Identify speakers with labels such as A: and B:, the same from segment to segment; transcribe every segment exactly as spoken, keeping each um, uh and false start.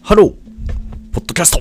A: ハローポッドキャスト。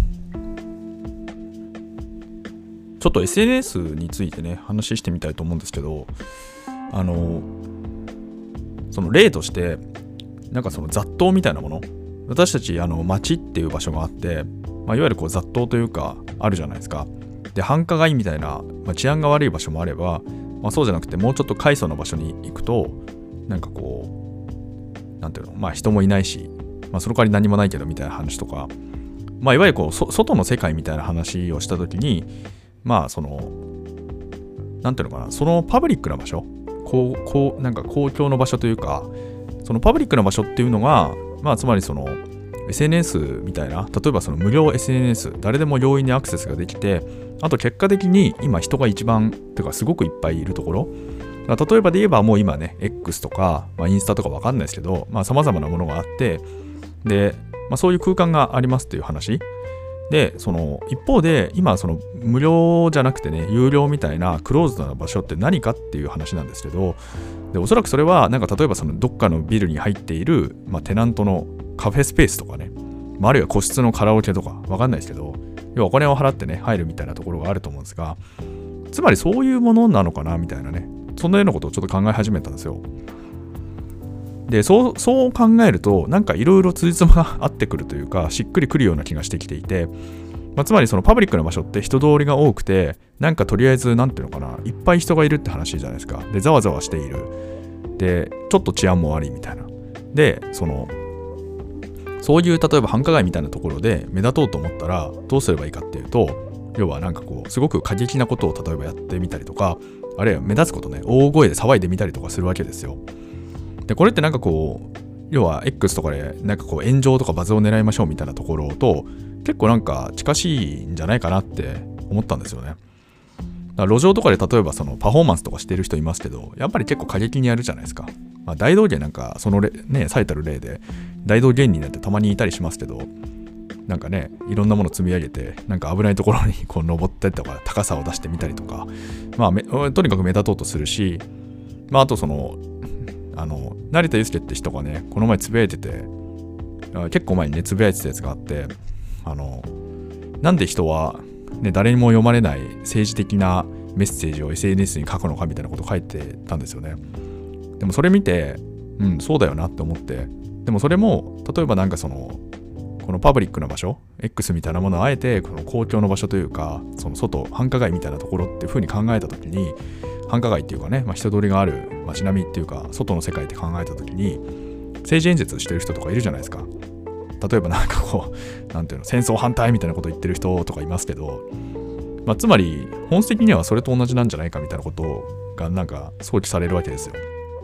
A: ちょっと エスエヌエス についてね話してみたいと思うんですけど、あのその例としてなんかその雑踏みたいなもの、私たちあの街っていう場所があって、まあ、いわゆるこう雑踏というかあるじゃないですか。で繁華街みたいな、まあ、治安が悪い場所もあれば、まあ、そうじゃなくてもうちょっと快速な場所に行くとなんかこうなんていうの、まあ人もいないし、まあ、その代わり何もないけどみたいな話とか、まあいわゆるこうそ外の世界みたいな話をしたときに、まあそのなんていうのかな、そのパブリックな場所、こうこうなんか公共の場所というか、そのパブリックな場所っていうのが、まあつまりその エスエヌエス みたいな、例えばその無料 エスエヌエス、誰でも容易にアクセスができて、あと結果的に今人が一番てかすごくいっぱいいるところ、例えばで言えばもう今ね X とか、まあ、インスタとかわかんないですけど、まあ様々なものがあって、で、まあ、そういう空間がありますっていう話で、その一方で今その無料じゃなくてね有料みたいなクローズドな場所って何かっていう話なんですけど、でおそらくそれはなんか例えばそのどっかのビルに入っている、まあ、テナントのカフェスペースとかね、まあ、あるいは個室のカラオケとかわかんないですけど、要はお金を払ってね入るみたいなところがあると思うんですが、つまりそういうものなのかなみたいなね、そんなようなことをちょっと考え始めたんですよ。で、そう、そう考えると、なんかいろいろつじつまが合ってくるというか、しっくりくるような気がしてきていて、まあ、つまりそのパブリックな場所って人通りが多くて、なんかとりあえず、なんていうのかな、いっぱい人がいるって話じゃないですか。で、ざわざわしている。で、ちょっと治安も悪いみたいな。で、その、そういう例えば繁華街みたいなところで目立とうと思ったら、どうすればいいかっていうと、要はなんかこう、すごく過激なことを例えばやってみたりとか、あるいは目立つことね、大声で騒いでみたりとかするわけですよ。でこれってなんかこう要は X とかでなんかこう炎上とかバズを狙いましょうみたいなところと結構なんか近しいんじゃないかなって思ったんですよね。だから路上とかで例えばそのパフォーマンスとかしてる人いますけど、やっぱり結構過激にやるじゃないですか。まあ、大道芸なんかそのね最たる例で大道芸人なんてたまにいたりしますけど、なんかねいろんなもの積み上げてなんか危ないところにこう登ったりとか高さを出してみたりとか、まあとにかく目立とうとするし、まああとそのあの成田悠輔って人がねこの前つぶやいてて、結構前にねつぶやいてたやつがあって、あのなんで人は、ね、誰にも読まれない政治的なメッセージを エスエヌエス に書くのかみたいなことを書いてたんですよね。でもそれ見てうんそうだよなって思って、でもそれも例えばなんかそのこのパブリックな場所 X みたいなものをあえてこの公共の場所というかその外繁華街みたいなところっていう風に考えたときに、繁華街っていうかね、まあ、人通りがある街並みっていうか外の世界って考えたときに政治演説してる人とかいるじゃないですか。例えばなんかこうなんていうの戦争反対みたいなこと言ってる人とかいますけど、まあ、つまり本質的にはそれと同じなんじゃないかみたいなことがなんか想起されるわけですよ。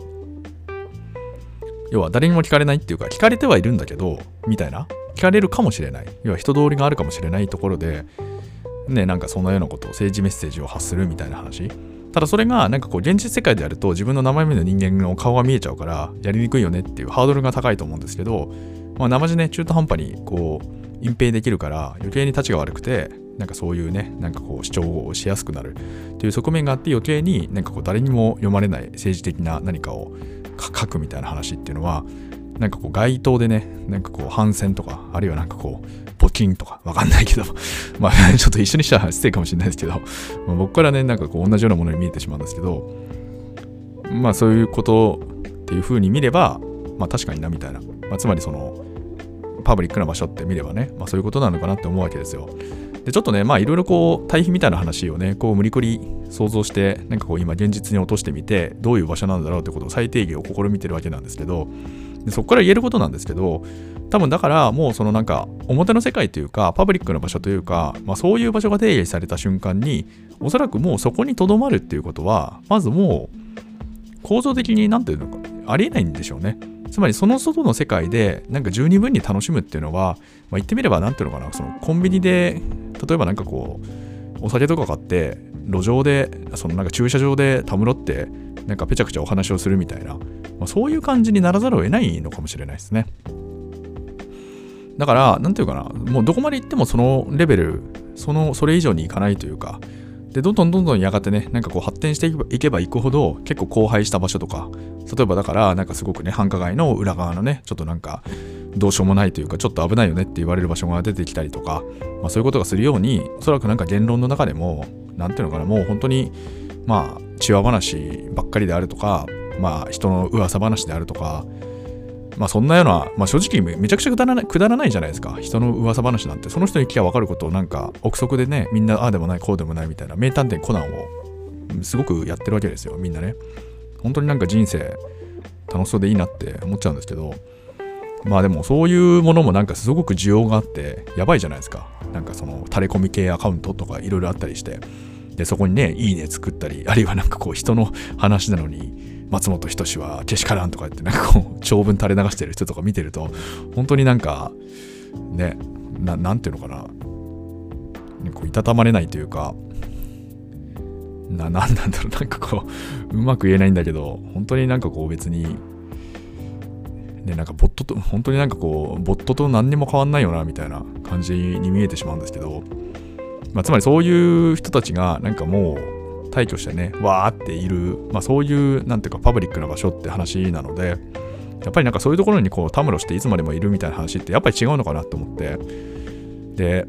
A: 要は誰にも聞かれないっていうか聞かれてはいるんだけどみたいな、聞かれるかもしれない、要は人通りがあるかもしれないところでね、なんかそんなようなことを政治メッセージを発するみたいな話。ただそれがなんかこう現実世界でやると自分の生身の人間の顔が見えちゃうからやりにくいよねっていうハードルが高いと思うんですけど、まあ、生地ね中途半端にこう隠蔽できるから余計に立ちが悪くて、なんかそういうねなんかこう主張をしやすくなるっていう側面があって、余計になんかこう誰にも読まれない政治的な何かを書くみたいな話っていうのはなんかこう街頭でねなんかこう反戦とか、あるいはなんかこうポキンとかわかんないけどまあちょっと一緒にしたら失礼かもしれないですけど、まあ、僕からねなんかこう同じようなものに見えてしまうんですけど、まあそういうことっていう風に見ればまあ確かになみたいな、まあ、つまりそのパブリックな場所って見ればね、まあそういうことなのかなって思うわけですよ。でちょっとねまあいろいろこう対比みたいな話をねこう無理くり想像してなんかこう今現実に落としてみてどういう場所なんだろうってことを最低限を試みてるわけなんですけど、でそこから言えることなんですけど、多分だからもうそのなんか表の世界というかパブリックな場所というか、まあ、そういう場所が定義された瞬間におそらくもうそこに留まるっていうことはまずもう構造的になんていうのかありえないんでしょうね。つまりその外の世界でなんか十二分に楽しむっていうのは、まあ、言ってみればなんていうのかな、そのコンビニで例えばなんかこうお酒とか買って路上でそのなんか駐車場でたむろってなんかペチャクチャお話をするみたいな、まあ、そういう感じにならざるを得ないのかもしれないですね。だからなんていうかな、もうどこまで行ってもそのレベルそのそれ以上にいかないというか、でどんどんどんどんやがてねなんかこう発展していけばいくほど結構荒廃した場所とか、例えばだからなんかすごくね繁華街の裏側のねちょっとなんかどうしようもないというかちょっと危ないよねって言われる場所が出てきたりとか、まあ、そういうことがするように、おそらくなんか言論の中でもなんていうのかな、もう本当にまあ血話話ばっかりであるとか、まあ人の噂話であるとか、まあそんなような、まあ正直めちゃくちゃくだらない、くだらないじゃないですか。人の噂話なんて、その人に聞きゃ分かることをなんか憶測でね、みんなああでもないこうでもないみたいな名探偵コナンをすごくやってるわけですよ、みんなね。本当になんか人生楽しそうでいいなって思っちゃうんですけど、まあでもそういうものもなんかすごく需要があってやばいじゃないですか。なんかそのタレコミ系アカウントとかいろいろあったりして、でそこにねいいね作ったり、あるいはなんかこう人の話なのに松本人志はけしからんとか言ってなんかこう長文垂れ流してる人とか見てると本当になんかね な, なんていうのかな、こういたたまれないというか、ななんなんだろう、なんかこううまく言えないんだけど、本当になんかこう別にね、なんかボットと本当になんかこうボットと何にも変わんないよなみたいな感じに見えてしまうんですけど、まあ、つまりそういう人たちがなんかもう退去してねわーっている、まあ、そういうなんていうかパブリックな場所って話なので、やっぱりなんかそういうところにこうたむろしていつまでもいるみたいな話ってやっぱり違うのかなと思って、で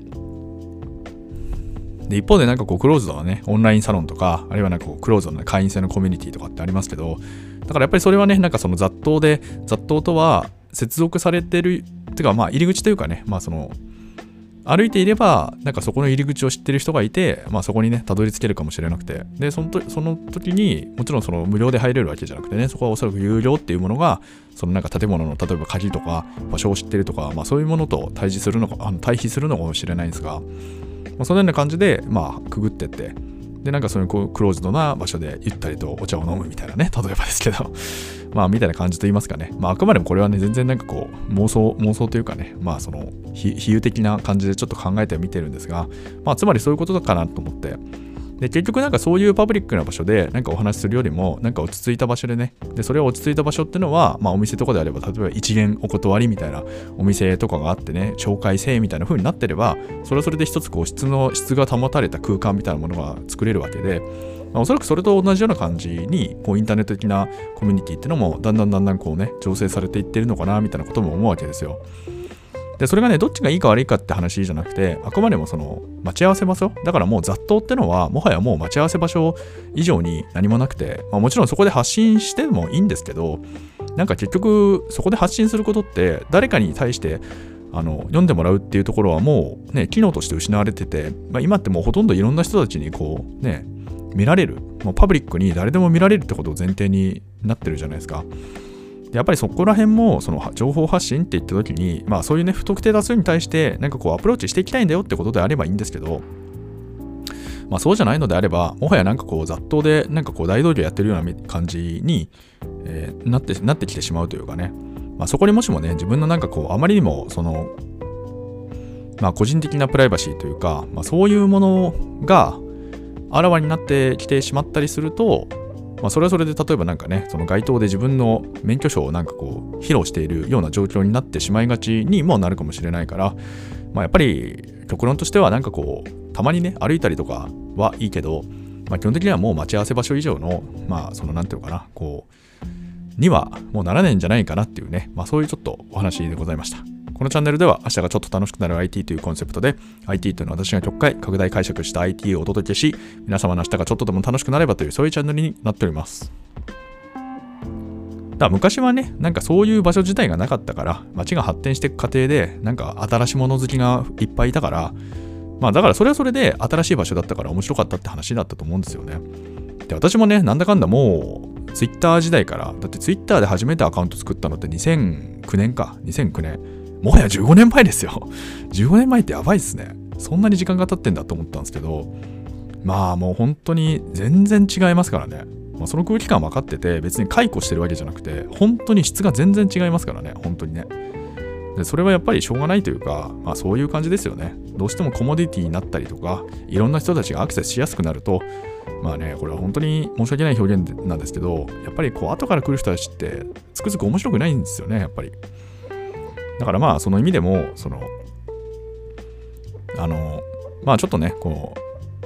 A: で一方でなんかこうクローズドなねオンラインサロンとか、あるいはなんかこうクローズドな会員制のコミュニティとかってありますけど、だからやっぱりそれはねなんかその雑踏で雑踏とは接続されてるっていうか、まあ入り口というかね、まあその歩いていればなんかそこの入り口を知ってる人がいて、まあそこにねたどり着けるかもしれなくて、でそのとその時にもちろんその無料で入れるわけじゃなくてね、そこはおそらく有料っていうものがそのなんか建物の例えば鍵とか場所を知ってるとか、まあそういうものと対峙するのかあの対比するのかもしれないんですが、まあ、そのような感じでまあくぐってって、でなんかそういうこうクローズドな場所でゆったりとお茶を飲むみたいなね、例えばですけどまあみたいな感じと言いますかね、まああくまでもこれはね全然なんかこう妄想妄想というかね、まあその比喩的な感じでちょっと考えてみてるんですが、まあつまりそういうことかなと思って、で結局なんかそういうパブリックな場所でなんかお話しするよりもなんか落ち着いた場所でね、でそれは落ち着いた場所っていうのはまあお店とかであれば例えば一元お断りみたいなお店とかがあってね、紹介制みたいな風になってれば、それはそれで一つこう質の質が保たれた空間みたいなものが作れるわけで、まあ、おそらくそれと同じような感じにこうインターネット的なコミュニティっていうのもだんだんだんだんこうね醸成されていってるのかなみたいなことも思うわけですよ。でそれがねどっちがいいか悪いかって話じゃなくて、あくまでもその待ち合わせ場所だから、もう雑踏ってのはもはやもう待ち合わせ場所以上に何もなくて、まあ、もちろんそこで発信してもいいんですけど、なんか結局そこで発信することって誰かに対してあの読んでもらうっていうところはもうね機能として失われてて、まあ、今ってもうほとんどいろんな人たちにこうね見られる、もうパブリックに誰でも見られるってことを前提になってるじゃないですか。やっぱりそこら辺もその情報発信って言った時に、まあそういうね不特定多数に対してなんかこうアプローチしていきたいんだよってことであればいいんですけど、まあそうじゃないのであれば、もはやなんかこう雑踏でなんかこう大道芸やってるような感じに、えー、なってなってきてしまうというかね、まあそこにもしもね自分のなんかこうあまりにもそのまあ個人的なプライバシーというか、まあそういうものがあらわになってきてしまったりすると、まあ、それはそれで例えばなんかねその街頭で自分の免許証をなんかこう披露しているような状況になってしまいがちにもなるかもしれないから、まあ、やっぱり極論としてはなんかこうたまにね歩いたりとかはいいけど、まあ、基本的にはもう待ち合わせ場所以上のまあそのなんていうのかなこうにはもうならないんじゃないかなっていうね、まあ、そういうちょっとお話でございました。このチャンネルでは明日がちょっと楽しくなる アイティー というコンセプトで アイティー というのは私が極快拡大解釈した アイティー をお届けし、皆様の明日がちょっとでも楽しくなればというそういうチャンネルになっております。だから昔はねなんかそういう場所自体がなかったから、街が発展していく過程でなんか新しいもの好きがいっぱいいたから、まあだからそれはそれで新しい場所だったから面白かったって話だったと思うんですよね。で私もねなんだかんだもうツイッター時代から、だってツイッターで初めてアカウント作ったのってにせんきゅうねんかにせんきゅうねん、もはやじゅうごねんまえですよ。じゅうごねんまえってやばいっすね。そんなに時間が経ってんだと思ったんですけど、まあもう本当に全然違いますからね。まあ、その空気感分かってて別に解雇してるわけじゃなくて、本当に質が全然違いますからね、本当にね。でそれはやっぱりしょうがないというか、まあそういう感じですよね。どうしてもコモディティになったりとか、いろんな人たちがアクセスしやすくなると、まあね、これは本当に申し訳ない表現なんですけど、やっぱりこう後から来る人たちってつくづく面白くないんですよね、やっぱり。だからまあその意味でもそのあのまあちょっとねこ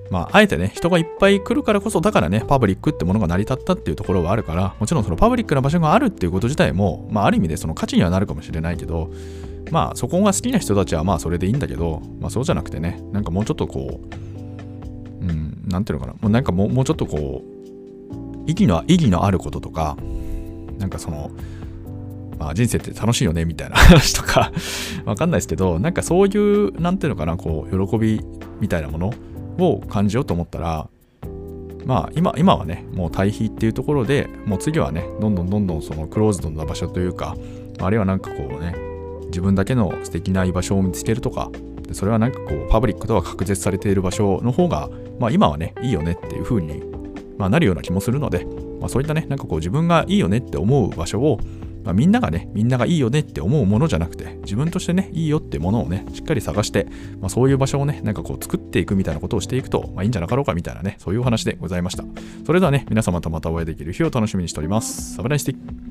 A: まあ、あえてね、人がいっぱい来るからこそ、だからね、パブリックってものが成り立ったっていうところはあるから、もちろんそのパブリックな場所があるっていうこと自体も、まあ、ある意味でその価値にはなるかもしれないけど、まあ、そこが好きな人たちはまあ、それでいいんだけど、まあ、そうじゃなくてね、なんかもうちょっとこう、うん、なんていうのかな、もうなんかもう、もうちょっとこう、意義の、意義のあることとか、なんかその、まあ、人生って楽しいよねみたいな話とかわかんないですけど、なんかそういうなんていうのかな、こう喜びみたいなものを感じようと思ったら、まあ今今はねもう対比っていうところで、もう次はねどんどんどんどんそのクローズドな場所というか、あるいはなんかこうね自分だけの素敵な居場所を見つけるとか、それはなんかこうパブリックとは隔絶されている場所の方が、まあ今はねいいよねっていう風に、まあ、なるような気もするので、まあ、そういったねなんかこう自分がいいよねって思う場所を、まあ、みんながね、みんながいいよねって思うものじゃなくて、自分としてね、いいよってものをね、しっかり探して、まあ、そういう場所をね、なんかこう作っていくみたいなことをしていくと、まあ、いいんじゃなかろうかみたいなね、そういうお話でございました。それではね、皆様とまたお会いできる日を楽しみにしております。Have a nice day.